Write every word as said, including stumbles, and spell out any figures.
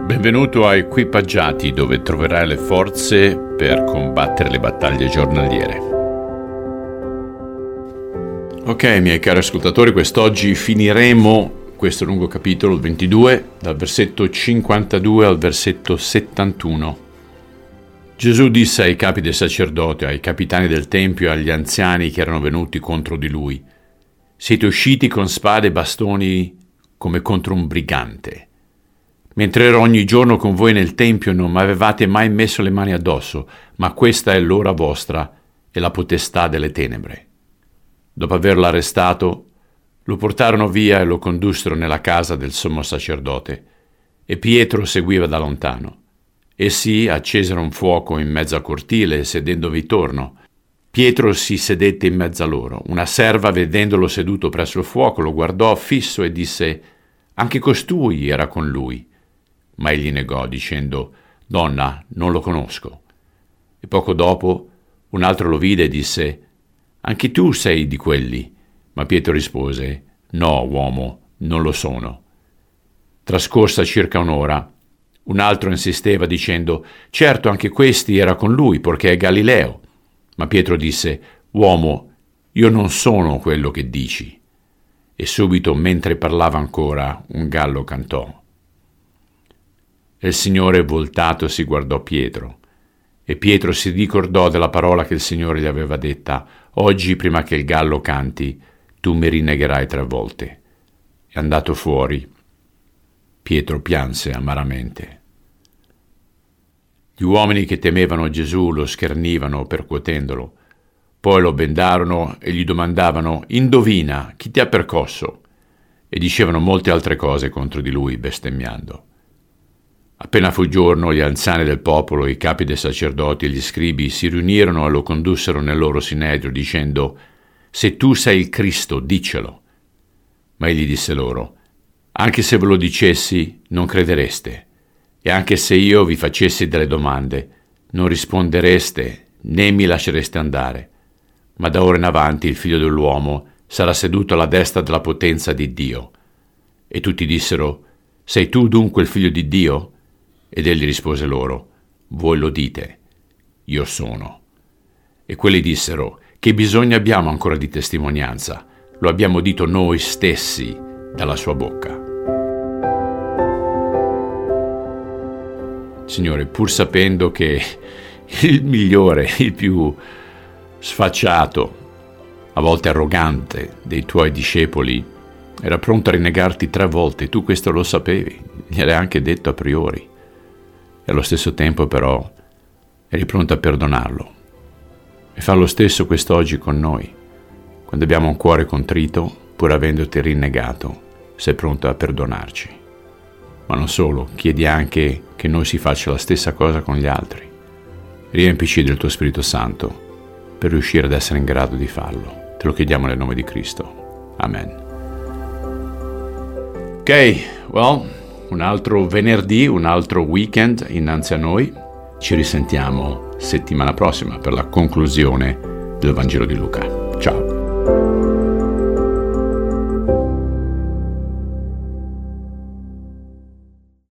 Benvenuto a Equipaggiati, dove troverai le forze per combattere le battaglie giornaliere. Ok, miei cari ascoltatori, quest'oggi finiremo questo lungo capitolo ventidue, dal versetto cinquantadue al versetto settantuno. Gesù disse ai capi del sacerdote, ai capitani del tempio e agli anziani che erano venuti contro di lui: siete usciti con spade e bastoni come contro un brigante. Mentre ero ogni giorno con voi nel tempio non mi avevate mai messo le mani addosso, ma questa è l'ora vostra e la potestà delle tenebre. Dopo averlo arrestato, lo portarono via e lo condussero nella casa del sommo sacerdote, e Pietro seguiva da lontano. Essi accesero un fuoco in mezzo al cortile, sedendovi intorno. Pietro si sedette in mezzo a loro. Una serva, vedendolo seduto presso il fuoco, lo guardò fisso e disse: anche costui era con lui. Ma egli negò, dicendo: donna, non lo conosco. E poco dopo un altro lo vide e disse: anche tu sei di quelli. Ma Pietro rispose: no, uomo, non lo sono. Trascorsa circa un'ora, un altro insisteva dicendo: certo, anche questi era con lui, perché è Galileo. Ma Pietro disse: uomo, io non sono quello che dici. E subito, mentre parlava ancora, un gallo cantò. E il Signore, voltato, si guardò Pietro. E Pietro si ricordò della parola che il Signore gli aveva detta: oggi, prima che il gallo canti, tu mi rinnegherai tre volte. E andato fuori, Pietro pianse amaramente. Gli uomini che temevano Gesù lo schernivano percuotendolo. Poi lo bendarono e gli domandavano: indovina, chi ti ha percosso? E dicevano molte altre cose contro di lui, bestemmiando. Appena fu giorno, gli anziani del popolo, i capi dei sacerdoti e gli scribi si riunirono e lo condussero nel loro sinedrio, dicendo: se tu sei il Cristo, diccelo. Ma egli disse loro: anche se ve lo dicessi, non credereste, e anche se io vi facessi delle domande, non rispondereste né mi lascereste andare. Ma da ora in avanti il figlio dell'uomo sarà seduto alla destra della potenza di Dio. E tutti dissero: sei tu dunque il figlio di Dio? Ed egli rispose loro: voi lo dite, io sono. E quelli dissero: che bisogno abbiamo ancora di testimonianza? Lo abbiamo udito noi stessi dalla sua bocca. Signore, pur sapendo che il migliore, il più sfacciato, a volte arrogante dei tuoi discepoli era pronto a rinnegarti tre volte, tu questo lo sapevi, gliel'hai anche detto a priori. E allo stesso tempo però eri pronto a perdonarlo. E fa lo stesso quest'oggi con noi. Quando abbiamo un cuore contrito, pur avendoti rinnegato, sei pronto a perdonarci. Ma non solo, chiedi anche che noi si faccia la stessa cosa con gli altri. Riempici del tuo Spirito Santo per riuscire ad essere in grado di farlo. Te lo chiediamo nel nome di Cristo. Amen. Ok, well, un altro venerdì, un altro weekend innanzi a noi. Ci risentiamo settimana prossima per la conclusione del Vangelo di Luca. Ciao.